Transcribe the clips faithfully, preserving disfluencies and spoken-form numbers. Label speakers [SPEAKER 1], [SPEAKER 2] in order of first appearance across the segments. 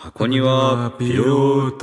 [SPEAKER 1] 箱庭ピロート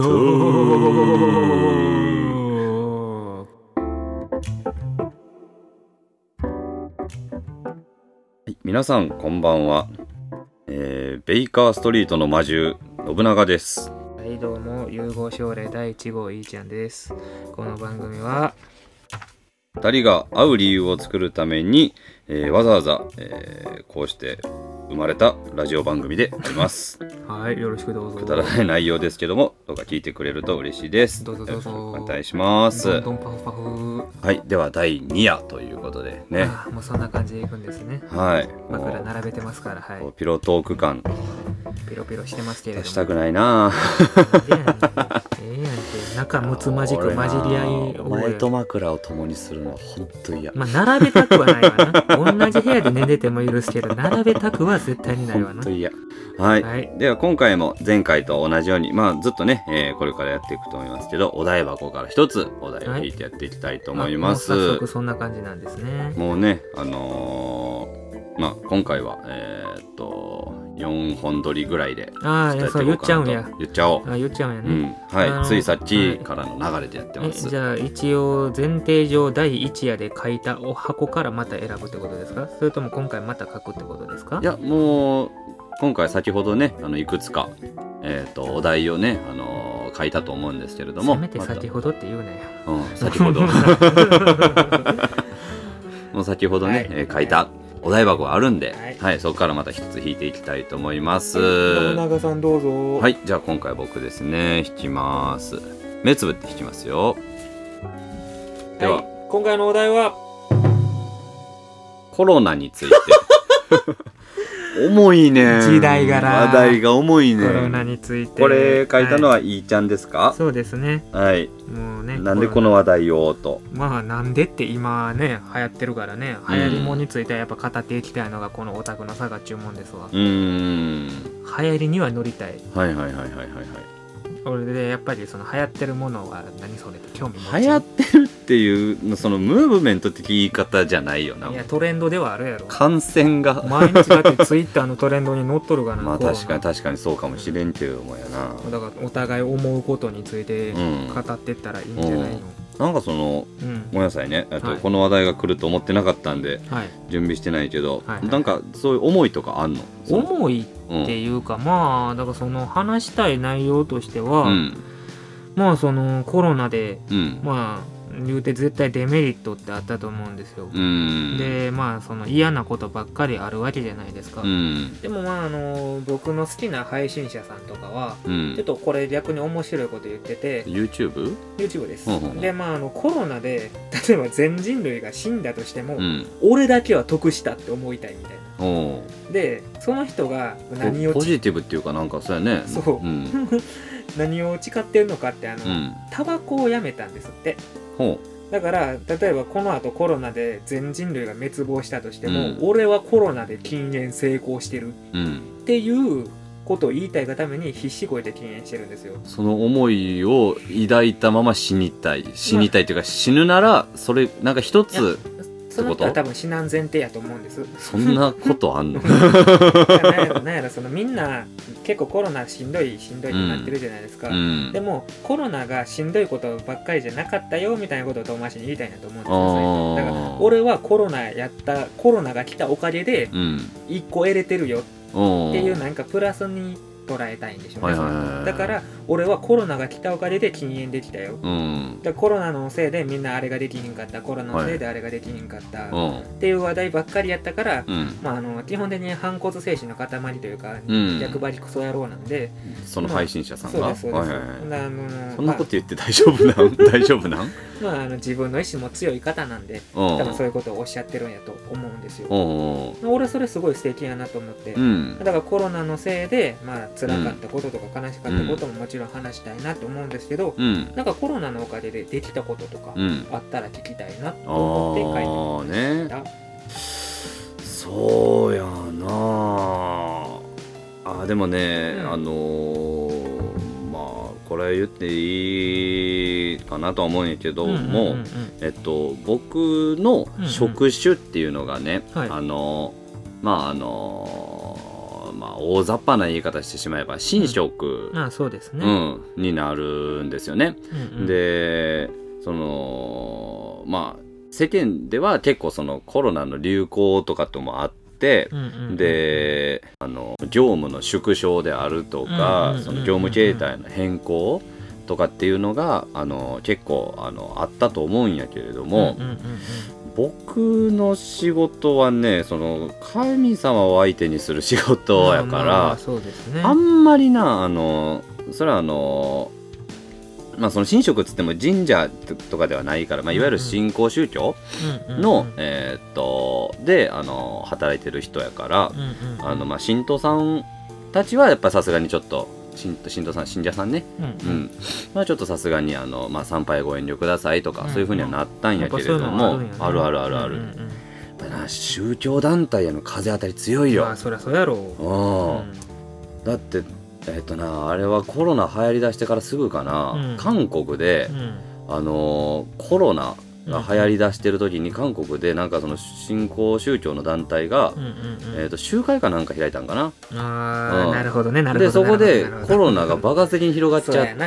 [SPEAKER 1] はい、皆さんこんばんは、えー、ベイカーストリートの魔獣信長です。
[SPEAKER 2] はい、どうも融合症例だいいち号いーちゃんです。この番組は
[SPEAKER 1] ふたりが会う理由を作るために、えー、わざわざ、えー、こうして生まれたラジオ番組であります
[SPEAKER 2] はい、よろしくどうぞ。
[SPEAKER 1] くだらない内容ですけども、どうか聞いてくれると嬉しいです。
[SPEAKER 2] どうぞどうぞ
[SPEAKER 1] お願いします。
[SPEAKER 2] どんどんパフパフ。
[SPEAKER 1] はい、ではだいに夜ということでね。
[SPEAKER 2] ああ、もうそんな感じでいくんですね。
[SPEAKER 1] はい、
[SPEAKER 2] 枕並べてますから、はい。
[SPEAKER 1] ピロトーク感
[SPEAKER 2] ピロピロしてますけれども。
[SPEAKER 1] 出したくないな
[SPEAKER 2] ええやんけ、ええやんけ、仲睦まじく混じり合いを。
[SPEAKER 1] お前と枕を共にするのは本当嫌。
[SPEAKER 2] まあ並べたくはないわな。同じ部屋で寝てても許すけど、並べたくは絶対にないわな。
[SPEAKER 1] 本当嫌。はい、はい、では今回も前回と同じように、まあずっとね、えー、これからやっていくと思いますけど、お題箱から一つお題を引いてやっていきたいと思います。
[SPEAKER 2] はい、もう早速そんな感じなんですね。
[SPEAKER 1] もうね、あのー、まあ今回はえー、っとよんほん撮りぐらいで
[SPEAKER 2] ああ、そう言っちゃうんや。
[SPEAKER 1] 言っちゃおう。
[SPEAKER 2] あ言っちゃうんやね。
[SPEAKER 1] うん、はい、ついさっきからの流れでやってます。
[SPEAKER 2] はい、じゃあ一応前提上だいいち夜で書いたお箱からまた選ぶってことですか？それとも今回また書くってことですか？
[SPEAKER 1] いや、もう今回先ほどね、あのいくつか、えー、とお題をね、あのー、書いたと思うんですけれども、
[SPEAKER 2] せめて先ほどって言うなよ。
[SPEAKER 1] うん、先ほどもう先ほどね、はい、えー、書いたお題箱があるんで、はいはい、そこからまた一つ引いていきたいと思います。
[SPEAKER 2] 信長さんどうぞ。
[SPEAKER 1] はい、じゃあ今回僕ですね、引きます。目つぶって引きますよ。では、はい、
[SPEAKER 2] 今回のお題は
[SPEAKER 1] コロナについて重いね。
[SPEAKER 2] 時代柄。
[SPEAKER 1] 話題が重いね。
[SPEAKER 2] コロナについて。
[SPEAKER 1] これ書いたのはいいちゃんですか？
[SPEAKER 2] はい、そうですね。
[SPEAKER 1] はい。
[SPEAKER 2] もうね。
[SPEAKER 1] なんでこの話題をと。
[SPEAKER 2] まあなんでって今ね流行ってるからね、流行りもんについてはやっぱ語っていきたいのがこのオタクの差が注文ですわ。
[SPEAKER 1] うーん。
[SPEAKER 2] 流行りには乗りたい。
[SPEAKER 1] はいはいはいはいはいはい。
[SPEAKER 2] 俺でやっぱりその流行ってるものは何それって興味持ち。
[SPEAKER 1] 流行ってるっていうそのムーブメント的言い方じゃないよな。
[SPEAKER 2] いやトレンドではあるやろ。
[SPEAKER 1] 感染が
[SPEAKER 2] 毎日だってツイッターのトレンドに乗っとるがな。
[SPEAKER 1] まあ確かに確かにそうかもしれんけどもやな。
[SPEAKER 2] だからお互い思うことについて語ってったらいいんじゃないの、うんうん、
[SPEAKER 1] なんかその、うん、ごめんなさいね、あと、
[SPEAKER 2] はい、
[SPEAKER 1] この話題が来ると思ってなかったんで、はい、準備してないけど、はいはい、なんかそういう思いとかあんの？
[SPEAKER 2] 思いっていうか、うん、まあだからその話したい内容としては、うん、まあそのコロナで、うん、まあ言うて絶対デメリットってあったと思うんですよ。うんでまあその嫌なことばっかりあるわけじゃないですか。うん、でもまああの僕の好きな配信者さんとかは、うん、ちょっとこれ逆に面白いこと言ってて
[SPEAKER 1] YouTube？
[SPEAKER 2] YouTube です、
[SPEAKER 1] うんうん、
[SPEAKER 2] でまああのコロナで例えば全人類が死んだとしても、うん、俺だけは得したって思いたいみたいな。でその人が何を
[SPEAKER 1] ポジティブっていうかなんかそうやね。
[SPEAKER 2] そう、うん、何を誓ってるのかってあの、うん、タバコをやめたんですって。ほうだから例えばこの後コロナで全人類が滅亡したとしても、うん、俺はコロナで禁煙成功してる、うん、っていうことを言いたいがために必死こいて禁煙してるんですよ。
[SPEAKER 1] その思いを抱いたまま死にたい死にたいっていうか、まあ、死ぬならそれなんか一つ
[SPEAKER 2] その人は多分死なん前提やと思うんです。
[SPEAKER 1] そんなことあんの？
[SPEAKER 2] なんやろそのみんな結構コロナしんどいしんどいってなってるじゃないですか、うん、でもコロナがしんどいことばっかりじゃなかったよみたいなことを遠回しに言いたいなと思うんですよ。だから俺はコロナやったコロナが来たおかげでいっこ得れてるよっていうなんかプラスに捉えたいんでしょうね、はいはいはいはい、だから俺はコロナが来たおかげで禁煙できたよ、うん、だコロナのせいでみんなあれができひんかったコロナのせいであれができひんかった、はい、っていう話題ばっかりやったから、うんまあ、あの基本的に反骨精神の塊というか、うん、逆張りクソ野郎なんで
[SPEAKER 1] その配信者さんが、まあ、
[SPEAKER 2] そうですそうです、はいはいはい、
[SPEAKER 1] あのそんなこと言って大丈夫なん大丈夫なん、
[SPEAKER 2] まあ、あの自分の意志も強い方なんで多分そういうことをおっしゃってるんやと思うんですよ。俺それすごい素敵やなと思って、うん、だからコロナのせいで、まあ辛かったこととか悲しかったことももちろん話したいなと思うんですけど、うん、なんかコロナのおかげでできたこととかあったら聞きたいなと思って書いてみた、うんね、
[SPEAKER 1] そうやなあ。でもね、うん、あのー、まあこれ言っていいかなとは思うんやけども、えっと僕の職種っていうのがね、うんうんはい、あのまああのまあ大雑把な言い方してしまえば神職、
[SPEAKER 2] うん、あそうですね、
[SPEAKER 1] うん、になるんですよね、
[SPEAKER 2] うんうん、
[SPEAKER 1] でそのまあ世間では結構そのコロナの流行とかともあって、うんうんうん、であの業務の縮小であるとか、うんうんうんうん、その業務形態の変更とかっていうのがあの結構あのあったと思うんやけれども、うんうんうんうん、僕の仕事はねその神様を相手にする仕事やから、まあまあそうですね、あんまりなあのそれはあのまあその神職っつっても神社とかではないから、まあ、いわゆる新興宗教の、うんうん、えー、っとであの働いてる人やから、うんうんうん、あのまあ神道さんたちはやっぱさすがにちょっと神道さん信者さんね、うんうん、まあちょっとさすがにあの、まあ、参拝ご遠慮くださいとか、うんうん、そういうふうにはなったんやけれども、あるあるあるある、うんうんうん、やっぱな宗教団体への風当たり強いよ。
[SPEAKER 2] まあそりゃそうやろう、
[SPEAKER 1] うん、だってえっとなあれはコロナ流行りだしてからすぐかな、うん、韓国で、うん、あのー、コロナが流行りだしてる時に韓国でなんかその新興宗教の団体が、うんうんうん、えー、と集会かなんか開いたんかな。
[SPEAKER 2] あ、うん、なるほどね、なるほど。
[SPEAKER 1] でそこでコロナが爆発的に広がっちゃって、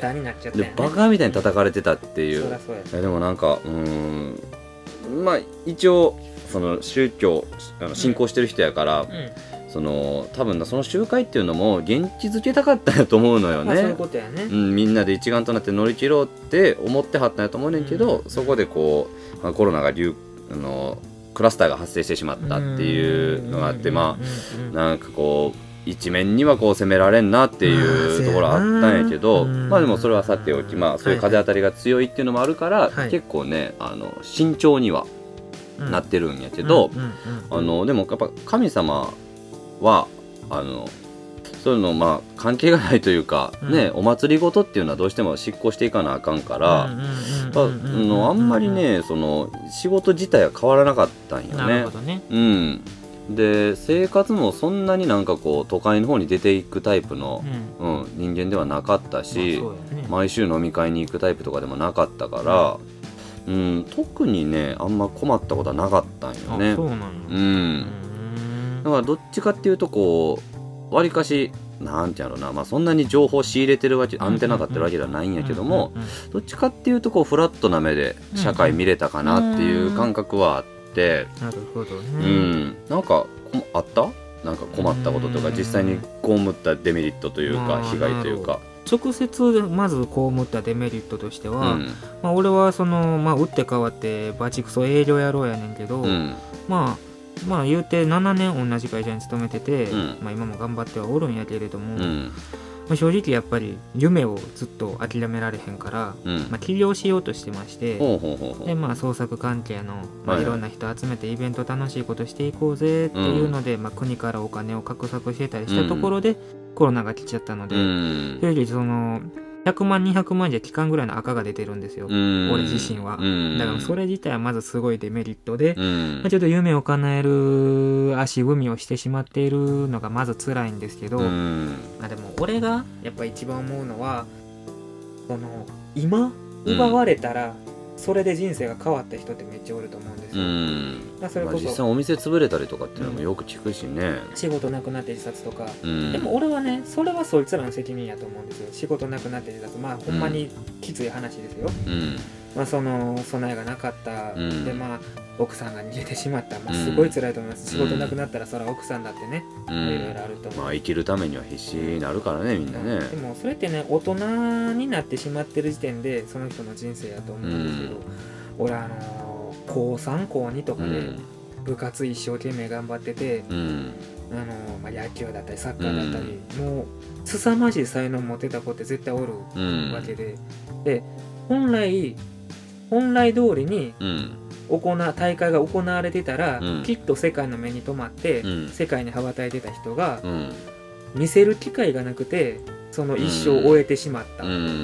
[SPEAKER 1] でバカみたいに叩かれてたっていう。いやでもなんかうーんまあ一応その宗教あの信仰してる人やから、うんうん、その多分その集会っていうのも現地づけたかったんやと思うのよね。まあ、そういうことやね、うん、みんなで一丸となって乗り切ろうって思ってはったんやと思うねんけど、うん、そこでこう、まあ、コロナが流あのクラスターが発生してしまったっていうのがあって、うん、まあなんかこう一面にはこう責められんなっていうところあったんやけど、うん、まあでもそれはさておき、まあそういう風当たりが強いっていうのもあるから、はい、結構ねあの慎重にはなってるんやけど、あのでもやっぱ神様はあのそういうのまあ関係がないというか、うん、ねお祭りごとっていうのはどうしても執行していかなあかんからあんまりねその仕事自体は変わらなかったんよね。なるほどね、うん、で生活もそんなになんかこう都会の方に出ていくタイプの、うんうん、人間ではなかったし、まあね、毎週飲み会に行くタイプとかでもなかったから、うんうん、特にねあんま困ったことはなかったんよね。あ、そうなんや、うんだからどっちかっていうとこうわりかしなんてやろうな、まあ、そんなに情報仕入れてるわけアンテナ立ってるわけではないんやけども、どっちかっていうとこうフラットな目で社会見れたかなっていう感覚はあって、
[SPEAKER 2] なるほどね、
[SPEAKER 1] うん、なんかあったなんか困ったこととか実際に被ったデメリットというか被害というか。
[SPEAKER 2] 直接まず被ったデメリットとしては、うんまあ、俺はその、まあ、打って変わってバチクソ営業野郎やねんけど、うん、まあまあ言うてななねん同じ会社に勤めてて、うんまあ、今も頑張ってはおるんやけれども、うんまあ、正直やっぱり夢をずっと諦められへんから、うんまあ、起業しようとしてまして、ほうほうほうほうで、まあ、創作関係の、まあ、いろんな人集めてイベント楽しいことしていこうぜっていうので、うんまあ、国からお金を獲得してたりしたところで、うん、コロナが来ちゃったので、うん、正直そのひゃくまんにひゃくまんじゃ期間ぐらいの赤が出てるんですよ、俺自身は。だからそれ自体はまずすごいデメリットで、まあ、ちょっと夢を叶える足踏みをしてしまっているのがまず辛いんですけど、まあ、でも俺がやっぱ一番思うのはその今奪われたらそれで人生が変わった人ってめっちゃおると思うんですよ。うんまあ、それこそ、まあ、実際お店潰れたりとかっていうのもよく聞くしね、うん、仕事なくなって自殺とか、うん、でも俺はねそれはそいつらの責任やと思うんですよ。仕事なくなって自殺、まあほんまにきつい話ですよ、うんまあ、その備えがなかった、うん、でまあ奥さんが逃げてしまった、まあ、すごい辛いと思います、うん、仕事なくなったらそれは奥さんだってね、うん、いろいろあると思う。まあ生きるためには必死になるからねみんなね、うん、でもそれってね大人になってしまってる時点でその人の人生やと思うんですけど、うん、俺あのー、こうさんこうにとかで部活一生懸命頑張ってて、うん、あのーまあ、野球だったりサッカーだったり、うん、もう凄まじい才能持ってた子って絶対おるわけで、うん、で本来本来通りに行な大会が行われてたら、うん、きっと世界の目に留まって、うん、世界に羽ばたいてた人が、うん、見せる機会がなくてその一生を終えてしまった、うん、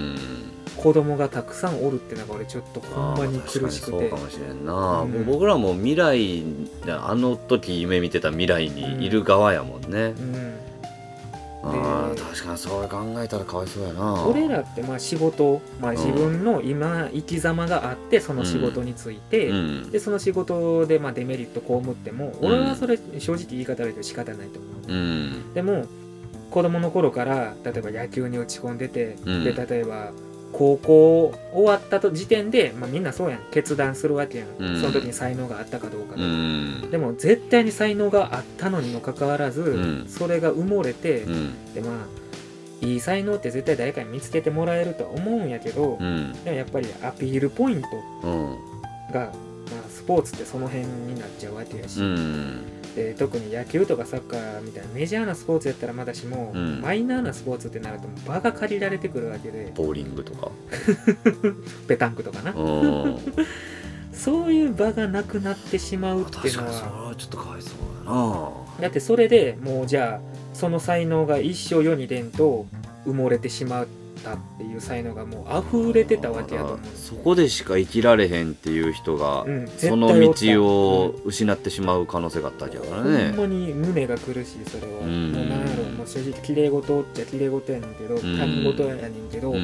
[SPEAKER 2] 子供がたくさんおるってのが俺ちょっとほんまに苦しくて。そうかもしれんな、うん、もう僕らも未来あの時夢見てた未来にいる側やもんね、うんうん、
[SPEAKER 1] あ確かにそう考えたらかわいそうやな。
[SPEAKER 2] 俺らってまあ仕事、まあ、自分の今生き様があってその仕事について、うん、でその仕事でまあデメリット被っても、うん、俺はそれ正直言い方悪いけど仕方ないと思う、うん、でも子供の頃から例えば野球に打ち込んでて、うん、で例えば高校終わったと時点で、まあ、みんなそうやん決断するわけやん、うん、その時に才能があったかどうかで、うん、でも絶対に才能があったのにもかかわらず、うん、それが埋もれて、うん、でまあいい才能って絶対誰かに見つけてもらえるとは思うんやけど、うん、でもやっぱりアピールポイントが、まあ、スポーツってその辺になっちゃうわけやし、うんで特に野球とかサッカーみたいなメジャーなスポーツやったらまだしも、うん、マイナーなスポーツってなると場が借りられてくるわけで、
[SPEAKER 1] ボーリングとか
[SPEAKER 2] ペタンクとかなそういう場がなくなってしまうっていうのは、
[SPEAKER 1] 確かにそれはちょっとかわいそうだな。
[SPEAKER 2] だってそれでもうじゃあその才能が一生世に出んと埋もれてしまったっていう才能がもう溢れてたわけやと思う。
[SPEAKER 1] そこでしか生きられへんっていう人が、うん、その道を失ってしまう可能性があったわけだからね。
[SPEAKER 2] ほんまに胸が苦しいそれは、うん、もうなんやろもう正直綺麗事っちゃ綺麗事やねんけど、他人事やねんけど、うん、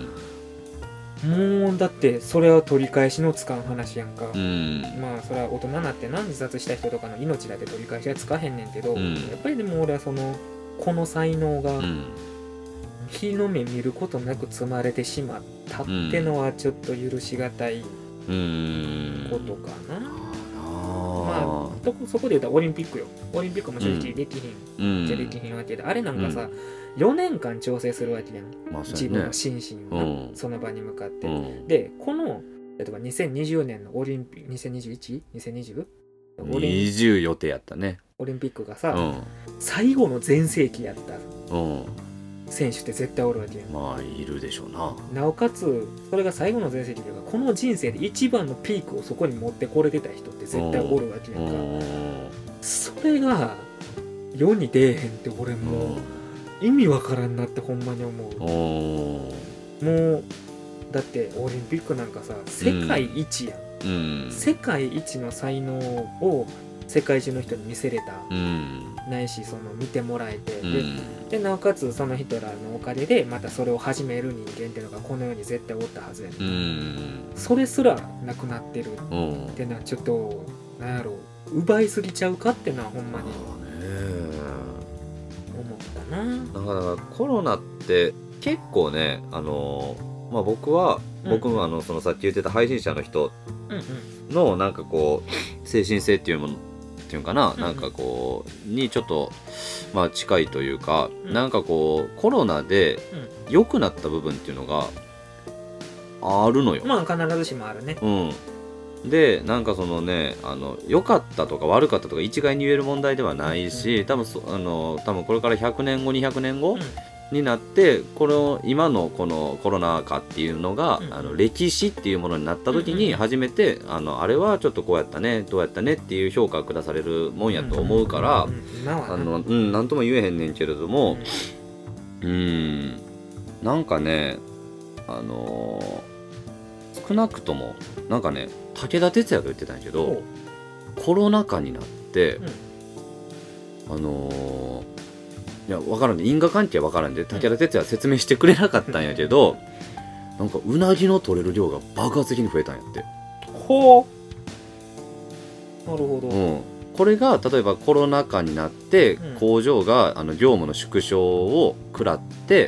[SPEAKER 2] もうだってそれは取り返しのつかん話やんか、うん、まあそれは大人になってな自殺した人とかの命だって取り返しはつかへんねんけど、うん、やっぱりでも俺はそのこの才能が、うん日の目見ることなく積まれてしまったってのはちょっと許しがたいことかな、うん、まあそこで言うとオリンピックよ。オリンピックも正直できひん、うん、じゃできひんわけで、あれなんかさ、うん、よねんかん調整するわけやん、まあね、自分の心身が、うん、その場に向かって、うん、でこの例えばにせんにじゅうねんのオリンピック にせんにじゅういち?にせんにじゅう?
[SPEAKER 1] にじゅう予定やったね。
[SPEAKER 2] オリンピックがさ、うん、最後の全盛期やった、うん選手って絶対おるわけやん。
[SPEAKER 1] まあいるでしょうな。
[SPEAKER 2] なおかつそれが最後の全盛期というかこの人生で一番のピークをそこに持ってこれてた人って絶対おるわけやんか。それが世に出えへんって俺もう意味わからんなってほんまに思う。もうだってオリンピックなんかさ世界一やん、うん、世界一の才能を世界中の人に見せれた、うん、ないしその見てもらえて、うん、で, でなおかつその人らのおかげでまたそれを始める人間っていうのがこの世に絶対おったはずやね、うん、それすらなくなってるっていうのはちょっとなんやろう奪いすぎちゃうかっていうのはほんまに思ったな。
[SPEAKER 1] だからコロナって結構ねあのまあ僕は、うん、僕もあのそのさっき言ってた配信者の人のなんかこう精神性っていうものっていうかな、うん、なんかこうにちょっとまあ近いというか、うん、なんかこうコロナで良くなった部分っていうのがあるのよ。
[SPEAKER 2] まあ必ずしもあるね。
[SPEAKER 1] うん。でなんかそのねあの良かったとか悪かったとか一概に言える問題ではないし、うん、多分そあの多分これからひゃくねんごにひゃくねんご、うんになってこの今のこのコロナ禍っていうのが、うん、あの歴史っていうものになった時に初めて、うんうん、あのあれはちょっとこうやったねどうやったねっていう評価が下されるもんやと思うから、あのうん何とも言えへんねんけれども、うん、うんなんかねあのー、少なくともなんかね武田鉄矢が言ってたんやけどコロナ禍になって、うん、あのーいや分からんね因果関係は分からんで武田鉄矢は説明してくれなかったんやけどなんかうなぎの取れる量が爆発的に増えたんやって。
[SPEAKER 2] ほうなるほど、
[SPEAKER 1] うん、これが例えばコロナ禍になって工場が、うん、あの業務の縮小を食らって、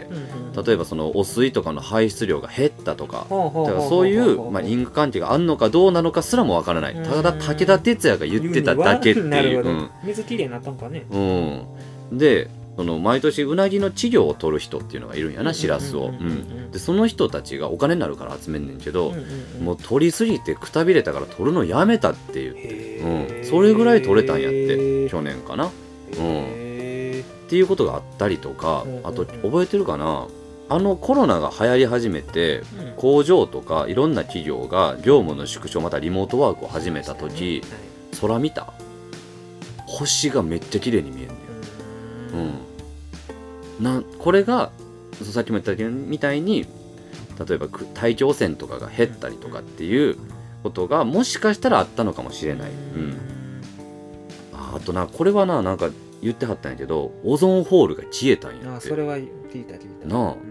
[SPEAKER 1] うんうん、例えばその汚水とかの排出量が減ったとか、だからそういう、まあ、因果関係があるのかどうなのかすらも分からない。ただ武田鉄矢が言ってただけっていう、うん、
[SPEAKER 2] 水きれいになったんかね。
[SPEAKER 1] うん、でその毎年うなぎの稚魚を取る人っていうのがいるんやな、しらすを。でその人たちがお金になるから集めんねんけど、うんうんうん、もう取りすぎてくたびれたから取るのやめたって言って、うん、それぐらい取れたんやって去年かな、うん、っていうことがあったりとか、あと覚えてるかな、あのコロナが流行り始めて、うん、工場とかいろんな企業が業務の縮小またリモートワークを始めた時、空見た？星がめっちゃ綺麗に見えるんだよ。うん、なこれがさっきも言ったみたいに例えば大気汚染とかが減ったりとかっていうことがもしかしたらあったのかもしれない、うん、あ, あとなこれはななんか言ってはったんやけど、オゾンホールが消えたんやって。
[SPEAKER 2] あ、それは聞いた聞いた
[SPEAKER 1] なあ、うん、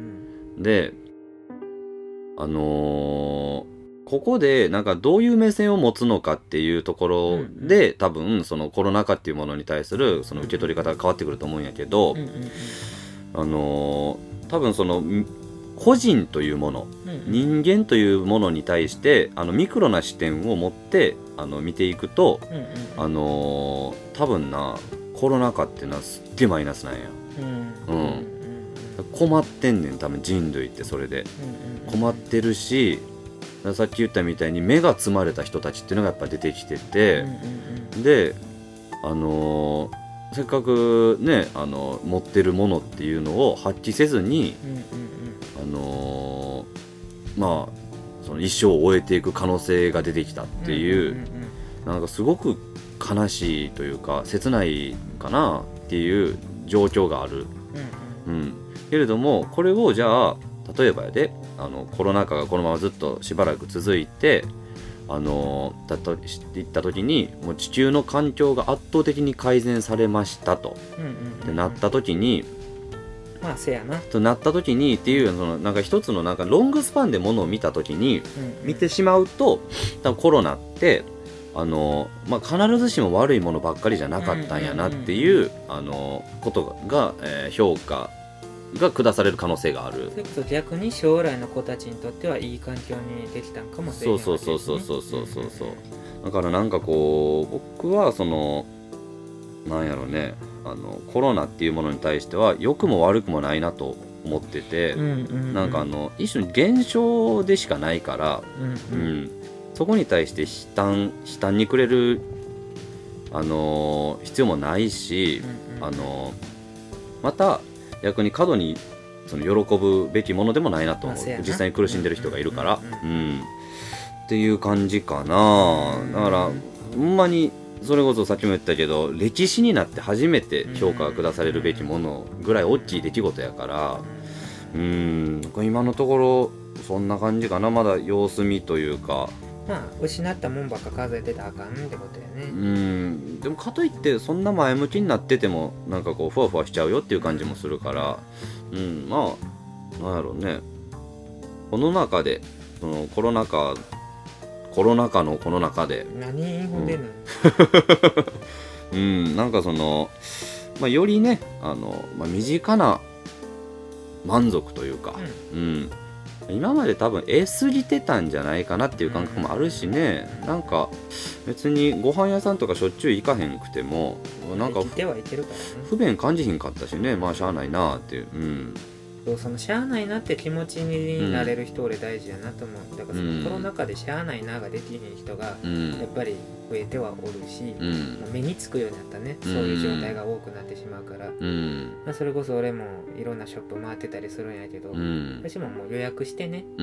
[SPEAKER 1] であのーここでなんかどういう目線を持つのかっていうところで、うんうん、多分そのコロナ禍っていうものに対するその受け取り方が変わってくると思うんやけど、うんうんうん、あのー、多分その個人というもの、うんうん、人間というものに対してあのミクロな視点を持ってあの見ていくと、うんうん、あのー、多分なコロナ禍っていうのはすっげえマイナスなんや、うんうん、困ってんねん多分人類ってそれで、うんうん、困ってるし、さっき言ったみたいに目が詰まれた人たちっていうのがやっぱ出てきてて、うんうんうん、で、あのー、せっかくね、あの持ってるものっていうのを発揮せずに、うんうんうん、あのー、まあその一生を終えていく可能性が出てきたっていう、うんうんうんうん、なんかすごく悲しいというか切ないかなっていう状況がある、うんうんうん、けれどもこれをじゃあ例えばやであのコロナ禍がこのままずっとしばらく続いてあのだとしていった時にもう地球の環境が圧倒的に改善されましたと、うんうんうんうん、ってなった時に
[SPEAKER 2] まあせやな
[SPEAKER 1] となった時にっていうそのなんか一つのなんかロングスパンでものを見た時に、うんうん、見てしまうと多分コロナってあの、まあ、必ずしも悪いものばっかりじゃなかったんやなっていう、うんうんうん、あのことが、えー、評価が下される可能性がある。
[SPEAKER 2] それこそ逆に将来の子たちにとってはいい環境にできたんかもしれない、ね、
[SPEAKER 1] そうそうそうそうそうそうそう、うん、だからなんかこう僕はそのなんやろねあのコロナっていうものに対しては良くも悪くもないなと思ってて、うんうんうん、なんかあの一種現象でしかないから、うんうんうん、そこに対して悲嘆悲嘆にくれるあの必要もないし、うんうん、あのまた逆に過度にその喜ぶべきものでもないなと思う、実際に苦しんでる人がいるから、うんうんうんうん、っていう感じかな。だからほんまにそれこそさっきも言ったけど歴史になって初めて評価が下されるべきものぐらい大きい出来事やから、うーん今のところそんな感じかな。まだ様子見というか、
[SPEAKER 2] まあ失ったもんばっか数えてたらあかんってことやね。
[SPEAKER 1] うーんでもかといってそんな前向きになっててもなんかこうふわふわしちゃうよっていう感じもするから、うんまあなんやろうね、この中でそのコロナ禍コロナ禍のこの中で
[SPEAKER 2] 何ほんでんの、
[SPEAKER 1] うん、うん、なんかその、まあ、よりねあの、まあ、身近な満足というか、うん、うん今まで多分得すぎてたんじゃないかなっていう感覚もあるしね、うん、なんか別にご飯屋さんとかしょっちゅう行かへんくてもなんか不便感じひんかったしね、まあしゃあないなっていう、うん、
[SPEAKER 2] そうそのしゃあないなって気持ちになれる人俺大事やなと思う。だからそのコロナ禍でしゃあないなができひん人がやっぱり増えてはおるし、うん、目につくようになったね、そういう状態が多くなってしまうから、うんまあ、それこそ俺もいろんなショップ回ってたりするんやけど、うん、私ももう予約してね、うん、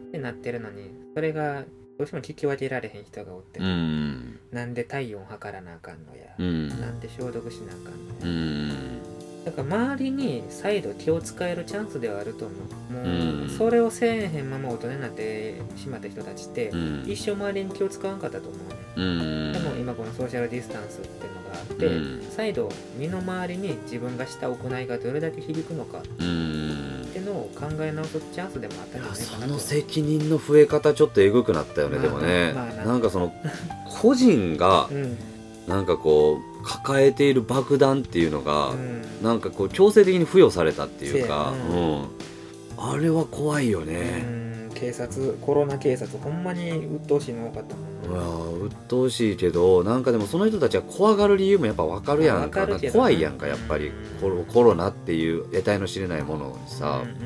[SPEAKER 2] ってなってるのにそれがどうしても聞き分けられへん人がおって、うん、なんで体温測らなあかんのや、うん、なんで消毒しなあかんのや、うんだから周りに再度気を使えるチャンスではあると思う。もうそれをせえへんまま大人になってしまった人たちって、うん、一生周りに気を使わんかったと思うね、うん、でも今このソーシャルディスタンスっていうのがあって、うん、再度身の回りに自分がした行いがどれだけ響くのかっていうのを考え直すチャンスでもあったんじゃないかなと。
[SPEAKER 1] その責任の増え方ちょっとえぐくなったよね、まあ、でもね、まあ、な, なんかその個人が、うんなんかこう抱えている爆弾っていうのが、うん、なんかこう強制的に付与されたっていうか、うん、あれは怖いよね、
[SPEAKER 2] うん、警察コロナ警察ほんまに鬱陶しいの多かったもん、
[SPEAKER 1] ね、うわ鬱陶しいけどなんかでもその人たちは怖がる理由もやっぱ分かるやんか、か怖いやんかやっぱり、うん、コロナっていう得体の知れないものにさ、うんうん、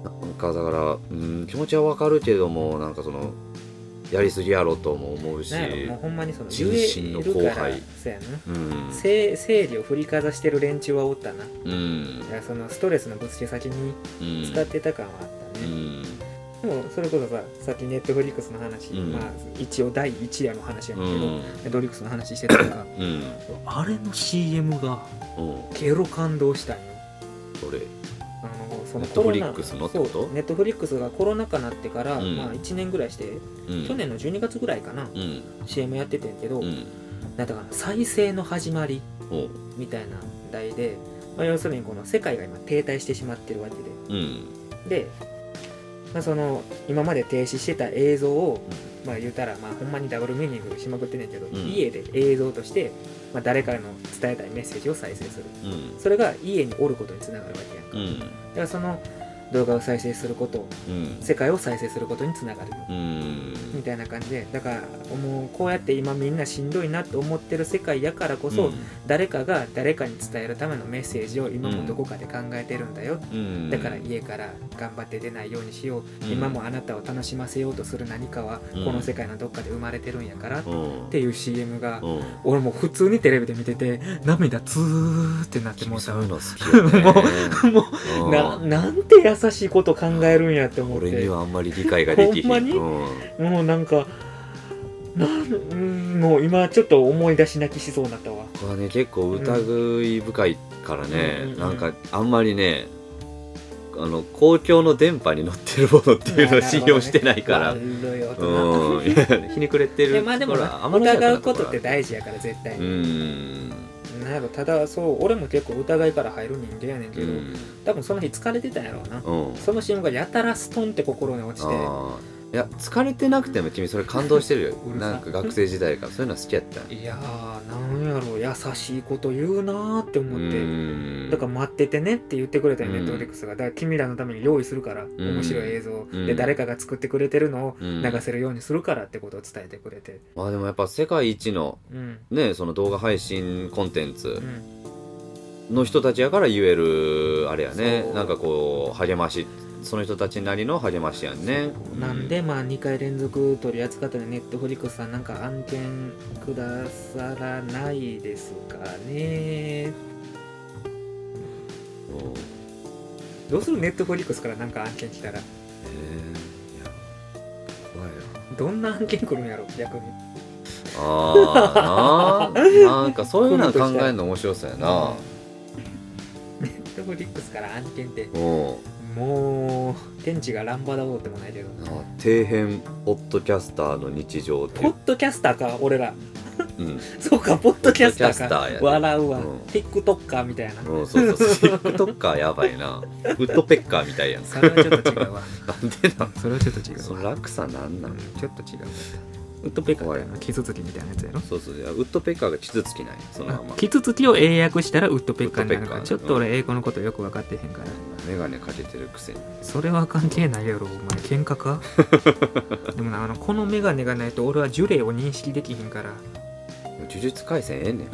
[SPEAKER 1] なんかだから、うん、気持ちは分かるけどもなんかそのやりすぎやろとも思うし、
[SPEAKER 2] もうほんまにその
[SPEAKER 1] 人心の荒廃、
[SPEAKER 2] そうやな、うん、生理を振りかざしてる連中はおったな、うん、いやそのストレスのぶつけ先に使ってた感はあったね、うん、でもそれこそささっきネットフリックスの話、うん、まあ一応だいいち夜の話やねんけど、うん、ネットフリックスの話してたから、うん、あれの シーエム がゲロ感動したんよ。
[SPEAKER 1] それ
[SPEAKER 2] あのその
[SPEAKER 1] ネットフリックスのってこと？
[SPEAKER 2] ネットフリックスがコロナ禍になってから、うんまあ、いちねんぐらいして、うん、去年のじゅうにがつぐらいかな、うん、シーエム やっててんけど、うん、なんだかな再生の始まりみたいな題で、まあ、要するにこの世界が今停滞してしまってるわけで、
[SPEAKER 1] うん、
[SPEAKER 2] で、まあ、その今まで停止してた映像を、まあ、言うたらまあほんまにダブルミーニングしまくってんねんけど、うん、家で映像として、まあ、誰かの伝えたいメッセージを再生する、うん、それが家におることにつながるわけやんか、うん、だからその動画を再生すること、うん、世界を再生することにつながる、うん、みたいな感じで、だからもうこうやって今みんなしんどいなと思ってる世界やからこそ、うん、誰かが誰かに伝えるためのメッセージを今もどこかで考えてるんだよ、うん、だから家から頑張って出ないようにしよう、うん、今もあなたを楽しませようとする何かはこの世界のどっかで生まれてるんやから、うん、っていう シーエム が、うん、俺も普通にテレビで見てて涙ツーってなってもうさ、もうな、なんて優しいこと考えるんやって思って、
[SPEAKER 1] 俺にはあんまり理解ができひん。
[SPEAKER 2] ほんまに、うん、もうなんかなん、もう今ちょっと思い出し泣きしそうになったわ。
[SPEAKER 1] これはね結構疑い深いからね、うん、なんかあんまりねあの公共の電波に乗ってるものっていうのを信用してないから、うん、ひねくれてる。
[SPEAKER 2] まあでも疑うことって大事やから絶対に。うんなんやろ、ただそう俺も結構疑いから入る人間やねんけど、うん、多分その日疲れてたんやろうな、うん、その瞬間やたらストンって心に落ちて、
[SPEAKER 1] いや疲れてなくても君それ感動してるよなんか学生時代からそういうの好きやった。
[SPEAKER 2] いやーなんやろ優しいこと言うなーって思って、だから待っててねって言ってくれたよネットフリックスが。だから君らのために用意するから面白い映像で誰かが作ってくれてるのを流せるようにするからってことを伝えてくれて、
[SPEAKER 1] まあでもやっぱ世界一の、うん、ねその動画配信コンテンツの人たちやから言えるあれやね、なんかこう励ましその人たちなりの励ましやんね。
[SPEAKER 2] なんでまあにかい連続取り扱ったネットフリックスさんなんか案件くださらないですかね。どうするネットフリックスからなんか案件来たら。えー、いや怖いよ。どんな案件来るんやろ逆に。
[SPEAKER 1] ああななんかそういうの考えるの面白そうやな。
[SPEAKER 2] ネットフリックスから案件ってもう天地がランバダ王ってもないけど、
[SPEAKER 1] あ底辺ポッドキャスターの日常って
[SPEAKER 2] ポッドキャスターか俺ら、うん、そうかポッドキャスターか、ね、笑うわ、うん、TikToker みたいな、
[SPEAKER 1] うん、そうそうそう TikToker やばいなウッドペッカーみたいやん。
[SPEAKER 2] それはちょっと違うわ
[SPEAKER 1] なんでなん
[SPEAKER 2] それはちょっと違うわ。
[SPEAKER 1] その落差なんなん、うん、
[SPEAKER 2] ちょっと違う。ウッドペッカーってキツツキみたいなやつやろ。
[SPEAKER 1] そうそうウッドペッカーがキツツキないそのまま
[SPEAKER 2] キツツキを英訳したらウッドペッカーになるから、ちょっと俺英語のことよく分かってへんから。
[SPEAKER 1] メガネかけてるくせに
[SPEAKER 2] それは関係ないやろお前喧嘩かでもなあのこのメガネがないと俺はジュレイを認識できへんから。
[SPEAKER 1] 呪術廻戦ええねん引っ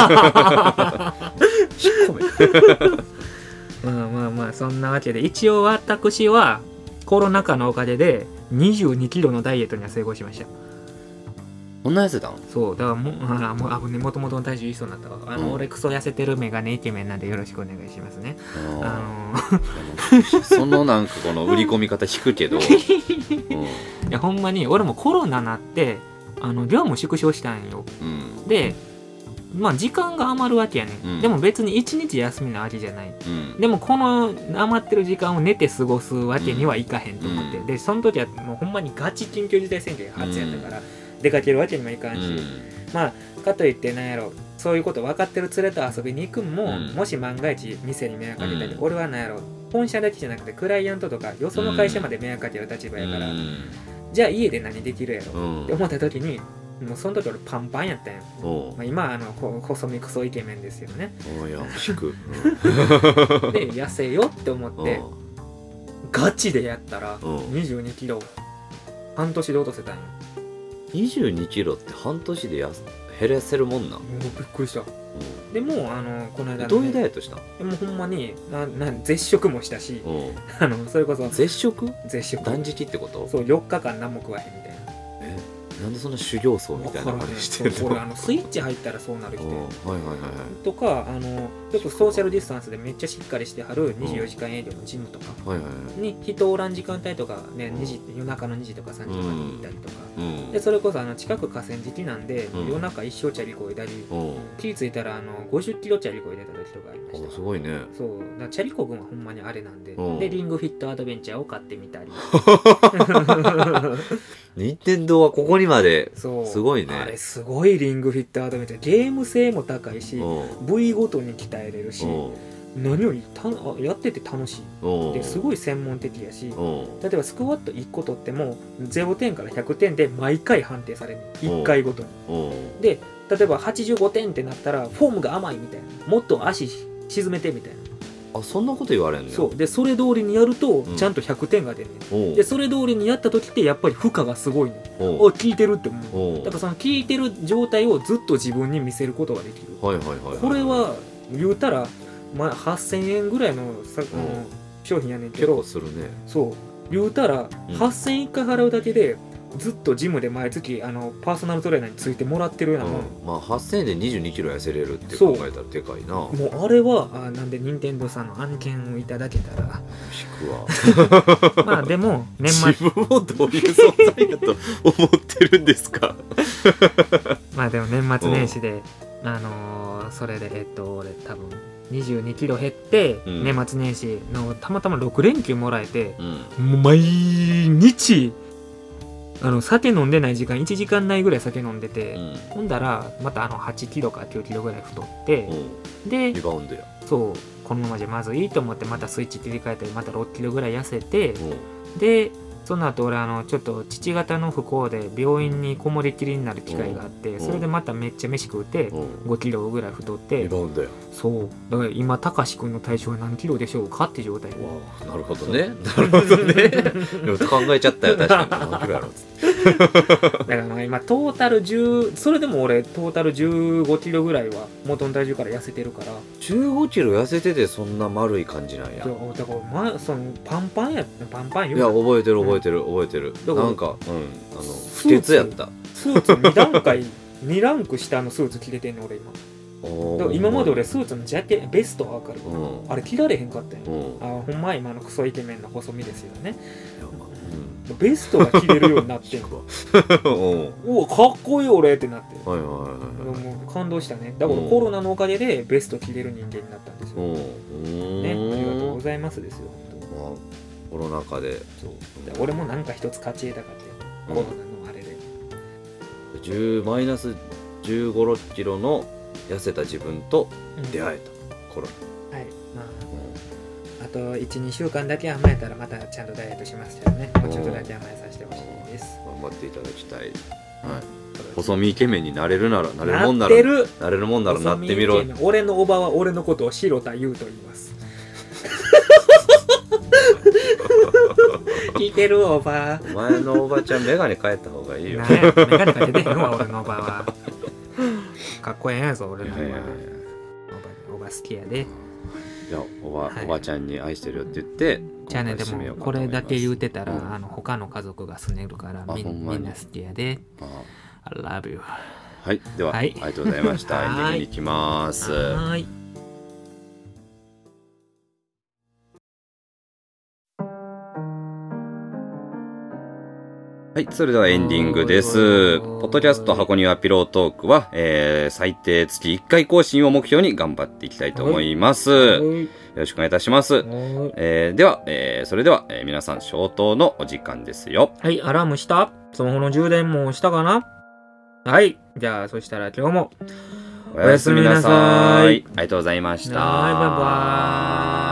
[SPEAKER 1] 込
[SPEAKER 2] めまあまあまあそんなわけで一応私はコロナ禍のおかげでにじゅうにキロのダイエットには成功しました。
[SPEAKER 1] こんな痩せたん？
[SPEAKER 2] そうだからもあもうあぶねもともとの体重いいそうになったわ。あの、うん、俺クソ痩せてるメガネイケメンなんでよろしくお願いしますね。あ
[SPEAKER 1] のそのなんかこの売り込み方引くけど、うん、い
[SPEAKER 2] やほんまに俺もコロナなってあの量も縮小したんよ、うん、でまあ時間が余るわけやね、うん、でも別に一日休みのありじゃない、うん、でもこの余ってる時間を寝て過ごすわけにはいかへんと思って、うん、でその時はもうほんまにガチ緊急事態宣言初やったから、うん、出かけるわけにもいかんし、うん、まあかといってなんやろそういうこと分かってる連れと遊びに行くんも、うん、もし万が一店に迷惑かけたり、うん、俺はなんやろ本社だけじゃなくてクライアントとかよその会社まで迷惑かける立場やから、うん、じゃあ家で何できるやろ、うん、って思った時にもうその時俺パンパンやったんよ、まあ、今あの細身クソイケメンですよね。
[SPEAKER 1] おや引く
[SPEAKER 2] で痩せよって思ってガチでやったらにじゅうにキロ半年で落とせたんよ。
[SPEAKER 1] にじゅうにキロって半年でや減らせるもんなん？もう
[SPEAKER 2] びっくりした、うん、でもあのこの間、ね、
[SPEAKER 1] どういうダイエットした？
[SPEAKER 2] でもほんまになな絶食もしたしあのそれこそ
[SPEAKER 1] 絶食？
[SPEAKER 2] 絶食
[SPEAKER 1] 断食ってこと？
[SPEAKER 2] そうよっかかん何も食わへんみたいな。
[SPEAKER 1] えなんでそんな修行僧みたいな感じしてるの？
[SPEAKER 2] 俺あのスイッチ入ったらそうなる人、はい
[SPEAKER 1] はいはいはい、
[SPEAKER 2] とかあのちょっとソーシャルディスタンスでめっちゃしっかりしてはるにじゅうよじかん営業のジムとかに人おらん時間帯とか、ね、にじ夜中のにじとかさんじとかに行ったりとか、うん、でそれこそあの近く河川敷なんで、うん、夜中一生チャリこいだり、うん、気ぃついたらあのごじゅっキロチャリこいでた時とかありました。
[SPEAKER 1] すごいね。
[SPEAKER 2] そうだからチャリこぐんはほんまにあれなんで、うん、でリングフィットアドベンチャーを買ってみたり
[SPEAKER 1] 任天堂はここにまですごいね。
[SPEAKER 2] あれすごいリングフィットアドベンチャー、ゲーム性も高いし、部位ごとに鍛えれるし、何よりたやってて楽しいですごい専門的やし、例えばスクワットいっこ取ってもゼロてんからひゃくてんで毎回判定される、いっかいごとに。で例えばはちじゅうごてんってなったらフォームが甘いみたいな、もっと足沈めてみたいな。
[SPEAKER 1] あ、そんなこと言われんの？
[SPEAKER 2] そうで、それ通りにやるとちゃんとひゃくてんが出るね、うん、でそれ通りにやった時ってやっぱり負荷がすごいね、お効いてるって思う。だからその効いてる状態をずっと自分に見せることができる。はいはいはいはい、これは言うたら、まあ、はっせんえんぐらいのさ、うん、商品やねんけど、
[SPEAKER 1] 結構するね。
[SPEAKER 2] そう言うたら、うん、はっせんえんいっかい払うだけでずっとジムで毎月あのパーソナルトレーナーについてもらってるようなもん、うん、まあ
[SPEAKER 1] はっせんえんでにじゅうにキロ痩せれるって考えたらでかいな。
[SPEAKER 2] もうあれはあなんで任天堂さんの案件をいただけたら
[SPEAKER 1] 引くわ
[SPEAKER 2] まあでも年末
[SPEAKER 1] 自分をどういう存在だと思ってるんですか
[SPEAKER 2] まあでも年末年始で、うん、あのー、それでえっと俺多分にじゅうにキロ減って、うん、年末年始のたまたまろくれんきゅうもらえて、うん、もう毎日あの酒飲んでない時間いちじかんないぐらい酒飲んでて、うん、ほんだらまたあのはちキロかきゅうキロぐらい太って、うん、で
[SPEAKER 1] リバウンドや。
[SPEAKER 2] そうこのままじゃまずいと思ってまたスイッチ切り替えてまたろっキロぐらい痩せて、うん、でその後俺あのちょっと父方の不幸で病院にこもりきりになる機会があって、うん、それでまためっちゃ飯食うて、うん、ごキロぐらい太って、
[SPEAKER 1] リバウンドや。
[SPEAKER 2] そうだから今たかしくんの体重は何キロでしょうかって状態で。
[SPEAKER 1] なるほどねなるほどねでも考えちゃったよ確かに何キロやろっつって
[SPEAKER 2] だからまあ今トータルじゅうそれでも俺トータルじゅうごキロぐらいは元の体重から痩せてるから。
[SPEAKER 1] じゅうごキロ痩せててそんな丸い感じなんや。
[SPEAKER 2] だから、ま、そのパンパンやったパンパン
[SPEAKER 1] 言う。いや覚えてる覚えてる、うん、覚えてる。なんか、うん、あの不潔やった。
[SPEAKER 2] スーツに段階にランク下のスーツ着れてんの俺今。だから今まで俺スーツのジャケベストは分かる、うん、あれ着られへんかったんよ、うん、あほんま今のクソイケメンの細身ですよね、うん、ベストが着れるようになってんのおおかっこいい俺ってなって、はいはいはいはい、もう感動したね。だからコロナのおかげでベスト着れる人間になったんですよ、ね、ありがとうございますですよ。
[SPEAKER 1] まあ、コロナ禍で
[SPEAKER 2] そう俺もなんか一つ勝ち得たかってコロナのあれで、
[SPEAKER 1] うん、じゅうマイナスじゅうご、ろっキロの痩せた自分と出会えた、うん、コロ
[SPEAKER 2] ナ。はい、まあ、うん、あと いちにしゅうかんだけ甘えたらまたちゃんとダイエットしますけどね、もうちょっとだけ甘えさせてほしいです。
[SPEAKER 1] 頑張っていただきたい、はい、細身イケメンになれるならなれるもんならなれるもんならなってみろ。
[SPEAKER 2] 俺のおばは俺のことを白田優と言います聞いてるおば。
[SPEAKER 1] お前のおばちゃんメガネ変えた方がいいよ。
[SPEAKER 2] メガネかけてへんわ俺のおばは。かっこええんやぞ俺のおば。おば好きやで。い
[SPEAKER 1] やおば、はい、おばちゃんに愛してるよって言って
[SPEAKER 2] じゃあね。でもこれだけ言うてたら、うん、あの他の家族がすねるからみんな好きやで。I love you。
[SPEAKER 1] はいでは、はい、ありがとうございましたエンディングに行きます。はい。はい、それではエンディングです。ポッドキャスト箱庭ピロートークは、えー、最低月いっかい更新を目標に頑張っていきたいと思います。よろしくお願いいたします。えー、では、えー、それでは、えー、皆さん消灯のお時間ですよ。
[SPEAKER 2] はい、アラームした？スマホの充電もしたかな？はい、じゃあそしたら今日も
[SPEAKER 1] おやすみなさい。ありがとうございました。
[SPEAKER 2] バイバイ。